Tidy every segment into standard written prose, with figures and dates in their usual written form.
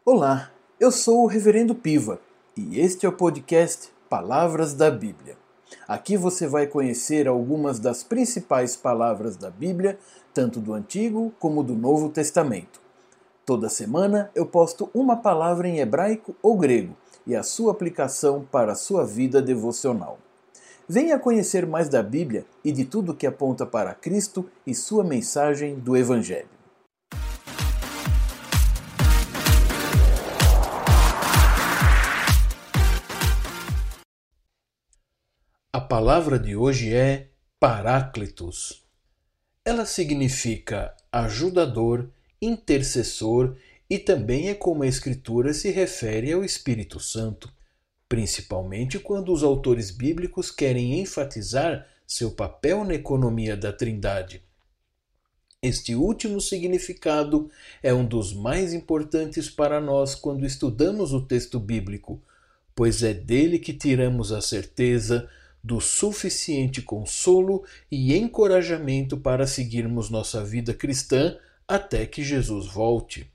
Olá, eu sou o Reverendo Piva e este é o podcast Palavras da Bíblia. Aqui você vai conhecer algumas das principais palavras da Bíblia, tanto do Antigo como do Novo Testamento. Toda semana eu posto uma palavra em hebraico ou grego e a sua aplicação para a sua vida devocional. Venha conhecer mais da Bíblia e de tudo que aponta para Cristo e sua mensagem do Evangelho. A palavra de hoje é Paráclitos. Ela significa ajudador, intercessor e também é como a Escritura se refere ao Espírito Santo, principalmente quando os autores bíblicos querem enfatizar seu papel na economia da Trindade. Este último significado é um dos mais importantes para nós quando estudamos o texto bíblico, pois é dele que tiramos a certeza do suficiente consolo e encorajamento para seguirmos nossa vida cristã até que Jesus volte.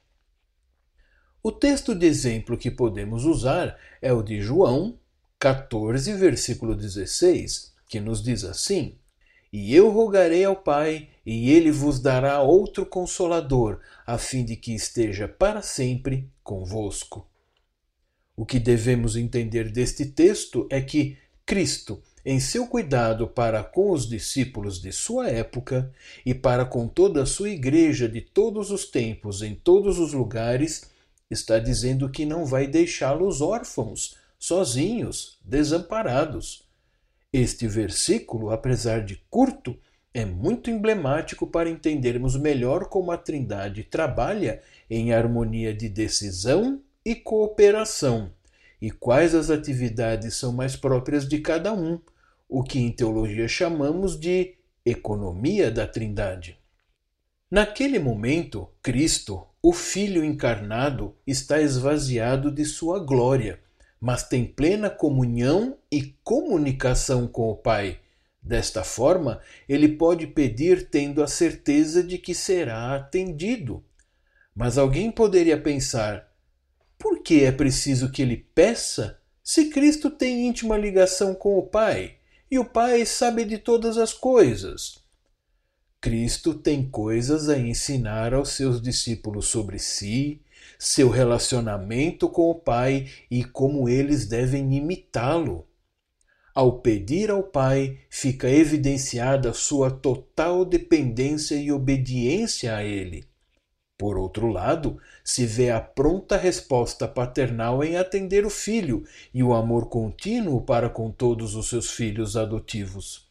O texto de exemplo que podemos usar é o de João 14, versículo 16, que nos diz assim: E eu rogarei ao Pai, e ele vos dará outro Consolador, a fim de que esteja para sempre convosco. O que devemos entender deste texto é que Cristo, em seu cuidado para com os discípulos de sua época e para com toda a sua igreja de todos os tempos em todos os lugares, está dizendo que não vai deixá-los órfãos, sozinhos, desamparados. Este versículo, apesar de curto, é muito emblemático para entendermos melhor como a Trindade trabalha em harmonia de decisão e cooperação, e quais as atividades são mais próprias de cada um, o que em teologia chamamos de economia da Trindade. Naquele momento, Cristo, o Filho encarnado, está esvaziado de sua glória, mas tem plena comunhão e comunicação com o Pai. Desta forma, ele pode pedir tendo a certeza de que será atendido. Mas alguém poderia pensar: por que é preciso que ele peça se Cristo tem íntima ligação com o Pai e o Pai sabe de todas as coisas? Cristo tem coisas a ensinar aos seus discípulos sobre si, seu relacionamento com o Pai e como eles devem imitá-lo. Ao pedir ao Pai, fica evidenciada sua total dependência e obediência a Ele. Por outro lado, se vê a pronta resposta paternal em atender o filho e o amor contínuo para com todos os seus filhos adotivos.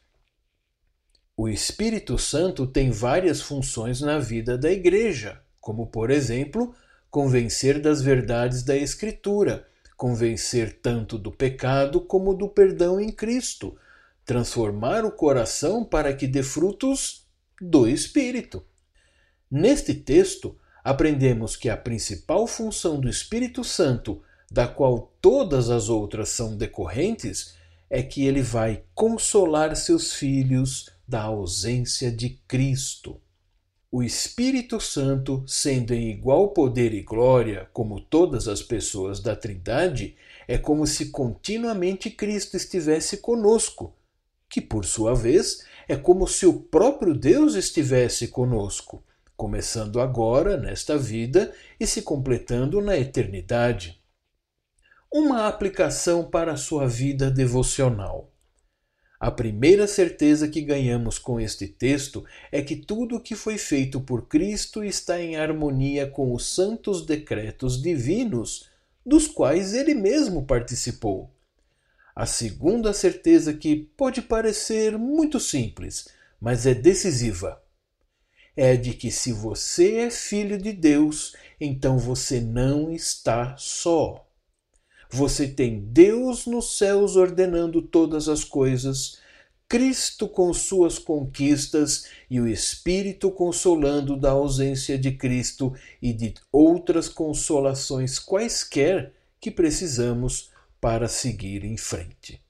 O Espírito Santo tem várias funções na vida da Igreja, como, por exemplo, convencer das verdades da Escritura, convencer tanto do pecado como do perdão em Cristo, transformar o coração para que dê frutos do Espírito. Neste texto, aprendemos que a principal função do Espírito Santo, da qual todas as outras são decorrentes, é que ele vai consolar seus filhos da ausência de Cristo. O Espírito Santo, sendo em igual poder e glória como todas as pessoas da Trindade, é como se continuamente Cristo estivesse conosco, que por sua vez é como se o próprio Deus estivesse conosco, começando agora, nesta vida, e se completando na eternidade. Uma aplicação para a sua vida devocional. A primeira certeza que ganhamos com este texto é que tudo o que foi feito por Cristo está em harmonia com os santos decretos divinos, dos quais ele mesmo participou. A segunda certeza, que pode parecer muito simples, mas é decisiva, é de que se você é filho de Deus, então você não está só. Você tem Deus nos céus ordenando todas as coisas, Cristo com suas conquistas e o Espírito consolando da ausência de Cristo e de outras consolações quaisquer que precisamos para seguir em frente.